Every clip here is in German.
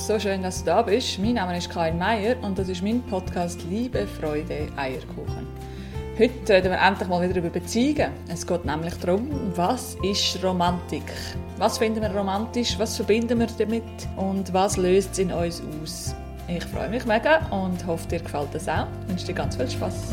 so schön, dass du da bist. Mein Name ist Karin Meier und das ist mein Podcast «Liebe, Freude, Eierkuchen». Heute reden wir endlich mal wieder über Beziehungen. Es geht nämlich darum, was ist Romantik? Was finden wir romantisch? Was verbinden wir damit? Und was löst es in uns aus? Ich freue mich mega und hoffe, dir gefällt das auch. Ich wünsche dir ganz viel Spass.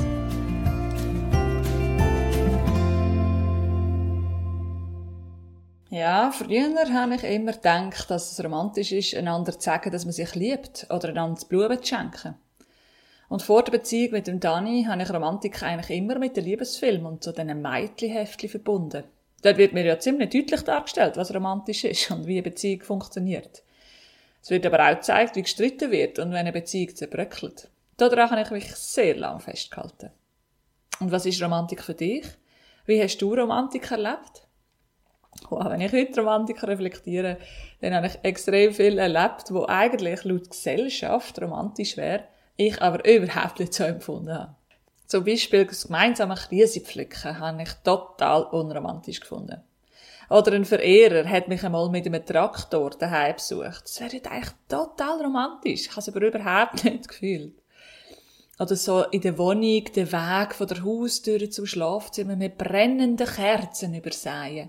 Ja, früher habe ich immer gedacht, dass es romantisch ist, einander zu sagen, dass man sich liebt oder einander Blumen zu schenken. Und vor der Beziehung mit dem Dani habe ich Romantik eigentlich immer mit den Liebesfilmen und so diesen Mädchenheftchen verbunden. Dort wird mir ja ziemlich deutlich dargestellt, was romantisch ist und wie eine Beziehung funktioniert. Es wird aber auch gezeigt, wie gestritten wird und wenn eine Beziehung zerbröckelt. Daran habe ich mich sehr lange festgehalten. Und was ist Romantik für dich? Wie hast du Romantik erlebt? Wow, wenn ich heute Romantik reflektiere, dann habe ich extrem viel erlebt, wo eigentlich laut Gesellschaft romantisch wäre, ich aber überhaupt nicht so empfunden habe. Zum Beispiel das gemeinsame Krisenpflücken habe ich total unromantisch gefunden. Oder ein Verehrer hat mich einmal mit einem Traktor daheim besucht. Das wäre eigentlich total romantisch. Ich habe es aber überhaupt nicht gefühlt. Oder so in der Wohnung den Weg von der Haustür zum Schlafzimmer mit brennenden Kerzen übersehen.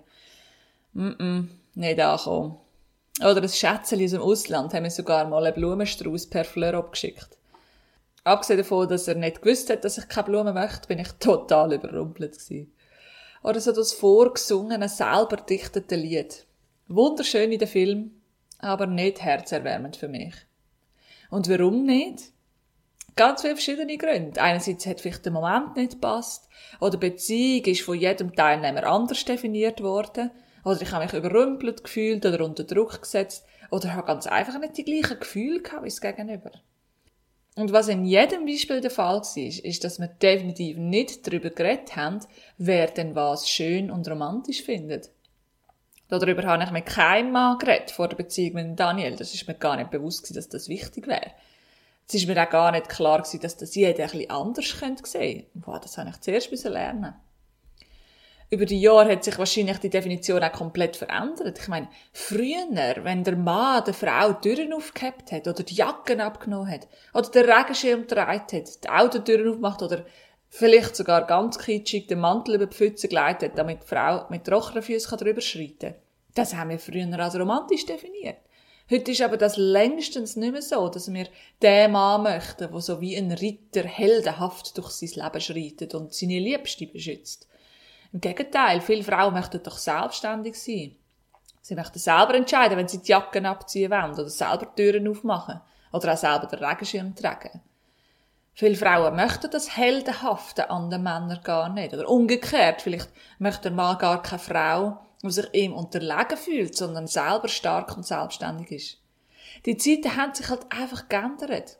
Nicht angekommen. Oder ein Schätzchen aus dem Ausland haben mir sogar mal einen Blumenstrauß per Fleur abgeschickt. Abgesehen davon, dass er nicht gewusst hat, dass ich keine Blumen möchte, bin ich total überrumpelt gewesen. Oder so das vorgesungene, selber dichtete Lied. Wunderschön in dem Film, aber nicht herzerwärmend für mich. Und warum nicht? Ganz viele verschiedene Gründe. Einerseits hat vielleicht der Moment nicht gepasst, oder die Beziehung ist von jedem Teilnehmer anders definiert worden, oder ich habe mich überrumpelt gefühlt oder unter Druck gesetzt, oder habe ganz einfach nicht die gleichen Gefühle gehabt wie das Gegenüber. Und was in jedem Beispiel der Fall war, ist, dass wir definitiv nicht darüber geredet haben, wer denn was schön und romantisch findet. Darüber habe ich mit keinem Mann geredet vor der Beziehung mit Daniel. Das ist mir gar nicht bewusst gewesen, dass das wichtig wäre. Es ist mir auch gar nicht klar gewesen, dass das jeder ein bisschen anders sehen könnte. Boah, das habe ich zuerst lernen. Über die Jahre hat sich wahrscheinlich die Definition auch komplett verändert. Ich meine, früher, wenn der Mann der Frau die Türen aufgehabt hat oder die Jacken abgenommen hat oder den Regenschirm getragen hat, die Autotüren aufgemacht oder vielleicht sogar ganz kitschig den Mantel über die Pfütze gelegt hat, damit die Frau mit trockenen Füßen drüber schreiten kann. Das haben wir früher als romantisch definiert. Heute ist aber das längstens nicht mehr so, dass wir den Mann möchten, der so wie ein Ritter heldenhaft durch sein Leben schreitet und seine Liebste beschützt. Im Gegenteil, viele Frauen möchten doch selbstständig sein. Sie möchten selber entscheiden, wenn sie die Jacken abziehen wollen oder selber die Türen aufmachen oder auch selber den Regenschirm tragen. Viele Frauen möchten das Heldenhafte an den Männern gar nicht. Oder umgekehrt, vielleicht möchte der Mann gar keine Frau, die sich ihm unterlegen fühlt, sondern selber stark und selbstständig ist. Die Zeiten haben sich halt einfach geändert.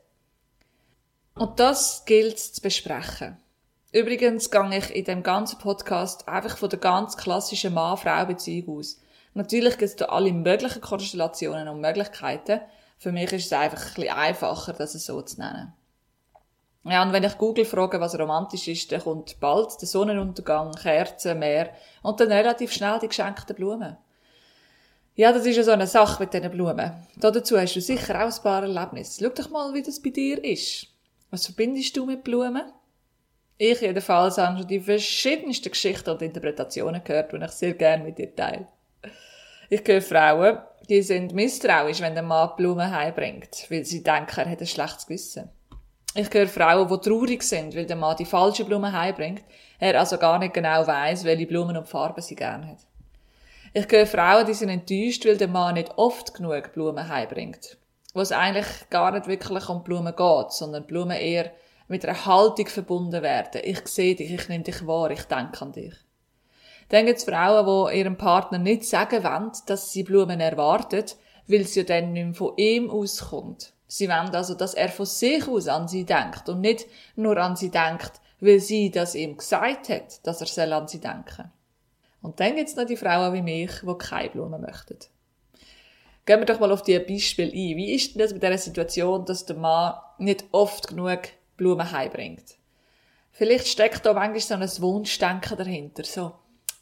Und das gilt zu besprechen. Übrigens gehe ich in dem ganzen Podcast einfach von der ganz klassischen Mann-Frau-Beziehung aus. Natürlich gibt es da alle möglichen Konstellationen und Möglichkeiten. Für mich ist es einfach ein bisschen einfacher, das so zu nennen. Ja, und wenn ich Google frage, was romantisch ist, dann kommt bald der Sonnenuntergang, Kerzen, Meer und dann relativ schnell die geschenkten Blumen. Ja, das ist ja so eine Sache mit diesen Blumen. Dazu hast du sicher auch ein paar Erlebnisse. Schau doch mal, wie das bei dir ist. Was verbindest du mit Blumen? Ich jedenfalls habe schon die verschiedensten Geschichten und Interpretationen gehört, die ich sehr gerne mit dir teile. Ich höre Frauen, die sind misstrauisch, wenn der Mann Blumen heimbringt, weil sie denken, er hat ein schlechtes Gewissen. Ich höre Frauen, die traurig sind, weil der Mann die falschen Blumen heimbringt, er also gar nicht genau weiss, welche Blumen und Farben sie gerne hat. Ich höre Frauen, die sind enttäuscht, weil der Mann nicht oft genug Blumen heimbringt, wo es eigentlich gar nicht wirklich um Blumen geht, sondern Blumen eher mit einer Haltung verbunden werden. Ich sehe dich, ich nehme dich wahr, ich denke an dich. Dann gibt es Frauen, die ihrem Partner nicht sagen wollen, dass sie Blumen erwartet, weil sie ja dann nicht mehr von ihm auskommt. Sie wollen also, dass er von sich aus an sie denkt und nicht nur an sie denkt, weil sie das ihm gesagt hat, dass er an sie denken soll. Und dann gibt es noch die Frauen wie mich, die keine Blumen möchten. Gehen wir doch mal auf die Beispiele ein. Wie ist denn das mit dieser Situation, dass der Mann nicht oft genug Blumen heimbringt? Vielleicht steckt da manchmal so ein Wunschdenken dahinter. So,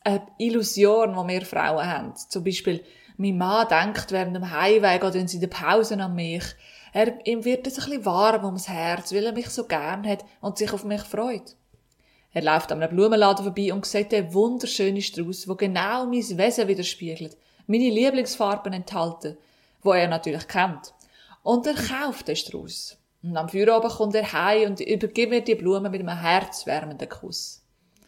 eine Illusion, die wir Frauen haben. Zum Beispiel, mein Mann denkt während dem Heimweg oder in der Pause an mich. Ihm wird es ein bisschen warm ums Herz, weil er mich so gern hat und sich auf mich freut. Er läuft an einem Blumenladen vorbei und sieht den wunderschönen Strauß, der genau mein Wesen widerspiegelt, meine Lieblingsfarben enthalten, die er natürlich kennt. Und er kauft den Strauß. Und am Feierabend kommt er heim und übergibt mir die Blume mit einem herzwärmenden Kuss.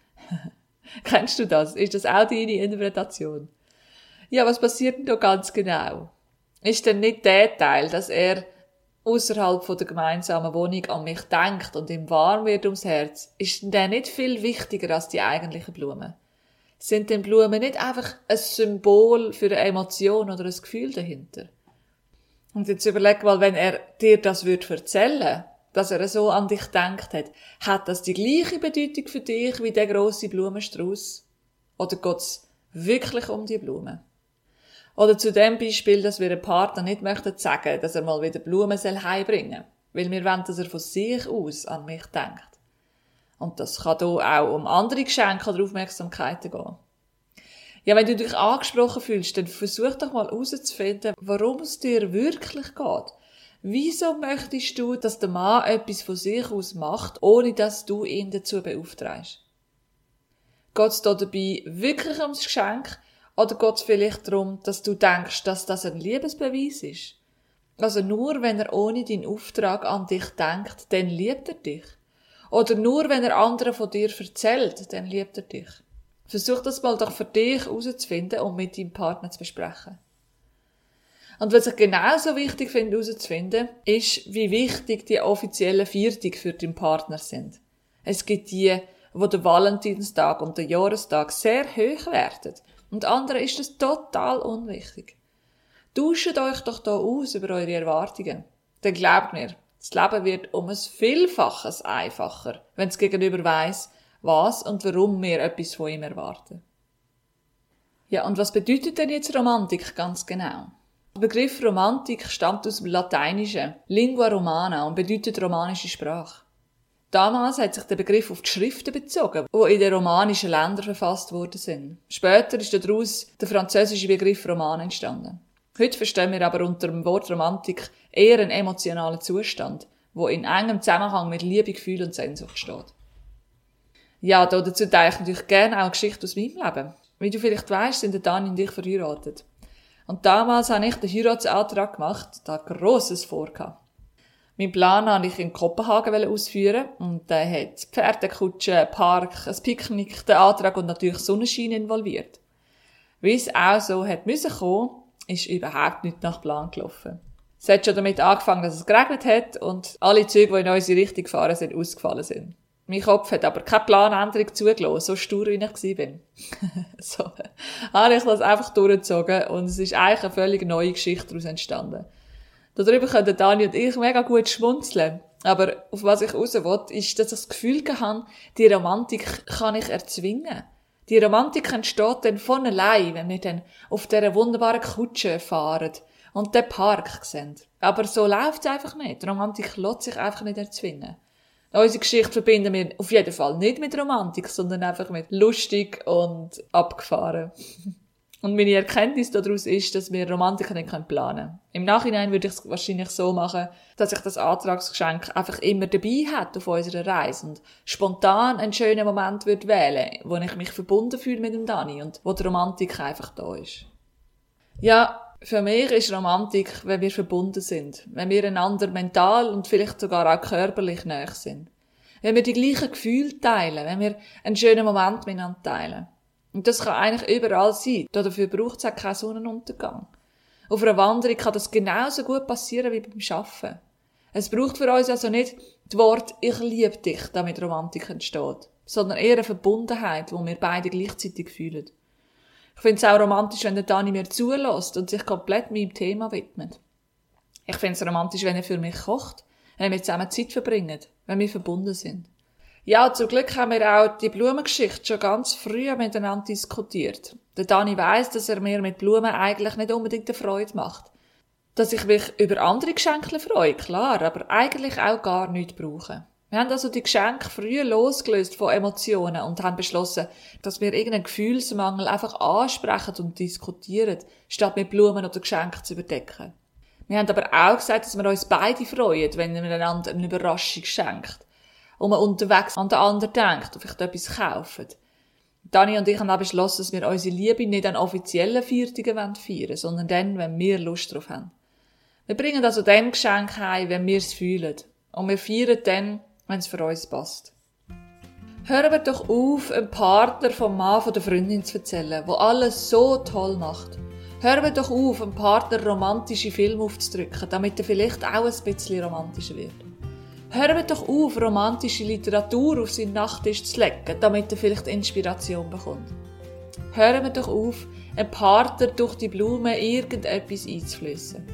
Kennst du das? Ist das auch deine Interpretation? Ja, was passiert denn da ganz genau? Ist denn nicht der Teil, dass er außerhalb der gemeinsamen Wohnung an mich denkt und ihm warm wird ums Herz, ist denn der nicht viel wichtiger als die eigentlichen Blumen? Sind denn Blumen nicht einfach ein Symbol für eine Emotion oder ein Gefühl dahinter? Und jetzt überleg mal, wenn er dir das erzählen würde, dass er so an dich gedacht hat das die gleiche Bedeutung für dich wie der grosse Blumenstrauß? Oder geht's wirklich um die Blumen? Oder zu dem Beispiel, dass wir einem Partner nicht möchten sagen, dass er mal wieder Blumen heimbringen soll, weil wir wollen, dass er von sich aus an mich denkt. Und das kann hier auch um andere Geschenke oder Aufmerksamkeiten gehen. Ja, wenn du dich angesprochen fühlst, dann versuch doch mal herauszufinden, warum es dir wirklich geht. Wieso möchtest du, dass der Mann etwas von sich aus macht, ohne dass du ihn dazu beauftragst? Geht es da dabei wirklich ums Geschenk? Oder geht es vielleicht darum, dass du denkst, dass das ein Liebesbeweis ist? Also nur, wenn er ohne deinen Auftrag an dich denkt, dann liebt er dich. Oder nur, wenn er anderen von dir erzählt, dann liebt er dich. Versuch das mal doch für dich herauszufinden und mit deinem Partner zu besprechen. Und was ich genauso wichtig finde herauszufinden, ist, wie wichtig die offiziellen Feiertage für deinen Partner sind. Es gibt die, die den Valentinstag und den Jahrestag sehr hoch werten. Und anderen ist das total unwichtig. Tauscht euch doch da aus über eure Erwartungen. Dann glaubt mir, das Leben wird um ein Vielfaches einfacher, wenn das Gegenüber weiss, was und warum wir etwas von ihm erwarten. Ja, und was bedeutet denn jetzt Romantik ganz genau? Der Begriff Romantik stammt aus dem Lateinischen, Lingua Romana, und bedeutet romanische Sprache. Damals hat sich der Begriff auf die Schriften bezogen, die in den romanischen Ländern verfasst worden sind. Später ist daraus der französische Begriff Roman entstanden. Heute verstehen wir aber unter dem Wort Romantik eher einen emotionalen Zustand, der in engem Zusammenhang mit Liebe, Gefühl und Sehnsucht steht. Ja, dazu teile ich natürlich gerne auch eine Geschichte aus meinem Leben. Wie du vielleicht weisst, sind Dani und ich verheiratet. Und damals habe ich den Heiratsantrag gemacht, da Grosses vorgehabt. Mein Plan wollte ich in Kopenhagen ausführen und der hat Pferdekutsche, Park, ein Picknick, den Antrag und natürlich Sonnenschein involviert. Wie es auch so hat müssen kommen, ist überhaupt nicht nach Plan gelaufen. Es hat schon damit angefangen, dass es geregnet hat und alle Züge, die in unsere Richtung gefahren sind, ausgefallen sind. Mein Kopf hat aber keine Planänderung zugelassen, so stur wie ich war. So habe ich das einfach durchgezogen und es ist eigentlich eine völlig neue Geschichte daraus entstanden. Darüber können Dani und ich mega gut schmunzeln. Aber auf was ich raus will, ist, dass ich das Gefühl habe, die Romantik kann ich erzwingen. Die Romantik entsteht dann von allein, wenn wir dann auf dieser wunderbaren Kutsche fahren und den Park sehen. Aber so läuft es einfach nicht. Die Romantik lässt sich einfach nicht erzwingen. Unsere Geschichte verbinden wir auf jeden Fall nicht mit Romantik, sondern einfach mit lustig und abgefahren. Und meine Erkenntnis daraus ist, dass wir Romantik nicht planen können. Im Nachhinein würde ich es wahrscheinlich so machen, dass ich das Antragsgeschenk einfach immer dabei hätte auf unserer Reise und spontan einen schönen Moment würde wählen, wo ich mich verbunden fühle mit dem Dani und wo die Romantik einfach da ist. Ja, für mich ist Romantik, wenn wir verbunden sind, wenn wir einander mental und vielleicht sogar auch körperlich nahe sind. Wenn wir die gleichen Gefühle teilen, wenn wir einen schönen Moment miteinander teilen. Und das kann eigentlich überall sein. Dafür braucht es auch keinen Sonnenuntergang. Auf einer Wanderung kann das genauso gut passieren wie beim Arbeiten. Es braucht für uns also nicht das Wort «Ich liebe dich», damit Romantik entsteht, sondern eher eine Verbundenheit, die wir beide gleichzeitig fühlen. Ich finde es auch romantisch, wenn der Dani mir zulässt und sich komplett meinem Thema widmet. Ich finde es romantisch, wenn er für mich kocht, wenn wir zusammen Zeit verbringen, wenn wir verbunden sind. Ja, zum Glück haben wir auch die Blumengeschichte schon ganz früh miteinander diskutiert. Der Dani weiss, dass er mir mit Blumen eigentlich nicht unbedingt eine Freude macht. Dass ich mich über andere Geschenke freue, klar, aber eigentlich auch gar nichts brauche. Wir haben also die Geschenke früh losgelöst von Emotionen und haben beschlossen, dass wir irgendeinen Gefühlsmangel einfach ansprechen und diskutieren, statt mit Blumen oder Geschenken zu überdecken. Wir haben aber auch gesagt, dass wir uns beide freuen, wenn man einander eine Überraschung schenkt und man unterwegs an den anderen denkt und vielleicht etwas kauft. Dani und ich haben auch beschlossen, dass wir unsere Liebe nicht an offiziellen Feiertagen feiern, sondern dann, wenn wir Lust drauf haben. Wir bringen also dann Geschenk heim, wenn wir es fühlen. Und wir feiern dann, wenn es für uns passt. Hören wir doch auf, einem Partner vom Mann von der Freundin zu erzählen, der alles so toll macht. Hören wir doch auf, einem Partner romantische Filme aufzudrücken, damit er vielleicht auch ein bisschen romantischer wird. Hören wir doch auf, romantische Literatur auf seinen Nachttisch zu legen, damit er vielleicht Inspiration bekommt. Hören wir doch auf, einem Partner durch die Blumen irgendetwas einzuflößen.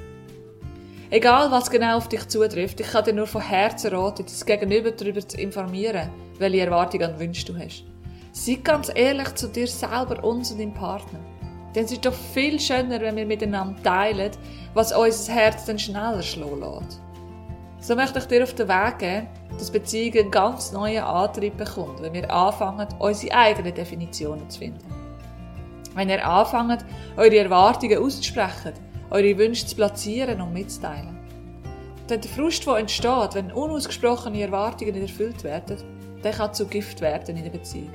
Egal, was genau auf dich zutrifft, ich kann dir nur von Herzen raten, das Gegenüber darüber zu informieren, welche Erwartungen und Wünsche du hast. Sei ganz ehrlich zu dir selber und zu deinem Partner. Denn es ist doch viel schöner, wenn wir miteinander teilen, was unser Herz dann schneller schlagen lässt. So möchte ich dir auf den Weg geben, dass Beziehungen einen ganz neuen Antrieb bekommt, wenn wir anfangen, unsere eigenen Definitionen zu finden. Wenn ihr anfangt, eure Erwartungen auszusprechen, eure Wünsche zu platzieren und mitzuteilen. Denn der Frust, der entsteht, wenn unausgesprochene Erwartungen nicht erfüllt werden, der kann zu Gift werden in der Beziehung.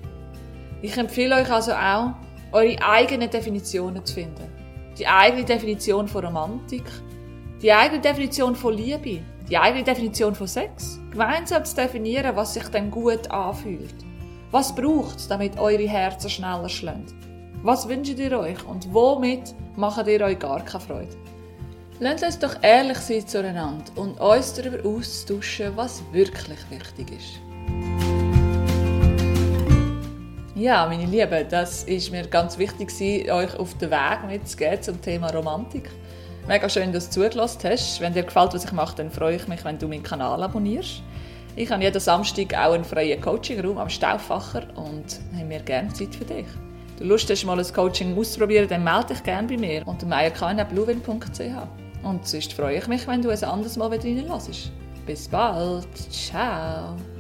Ich empfehle euch also auch, eure eigenen Definitionen zu finden. Die eigene Definition von Romantik, die eigene Definition von Liebe, die eigene Definition von Sex. Gemeinsam zu definieren, was sich dann gut anfühlt. Was braucht es, damit eure Herzen schneller schlagen? Was wünscht ihr euch und womit macht ihr euch gar keine Freude? Lasst uns doch ehrlich sein zueinander und uns darüber austauschen, was wirklich wichtig ist. Ja, meine Lieben, das ist mir ganz wichtig, euch auf den Weg mitzugeben zum Thema Romantik. Mega schön, dass du zugelassen hast. Wenn dir gefällt, was ich mache, dann freue ich mich, wenn du meinen Kanal abonnierst. Ich habe jeden Samstag auch einen freien Coaching-Raum am Stauffacher und habe mir gerne Zeit für dich. Wenn du Lust hast, mal ein Coaching auszuprobieren, dann melde dich gerne bei mir unter meierkn@bluewin.ch. Und sonst freue ich mich, wenn du ein anderes Mal wieder reinlässt. Bis bald. Ciao.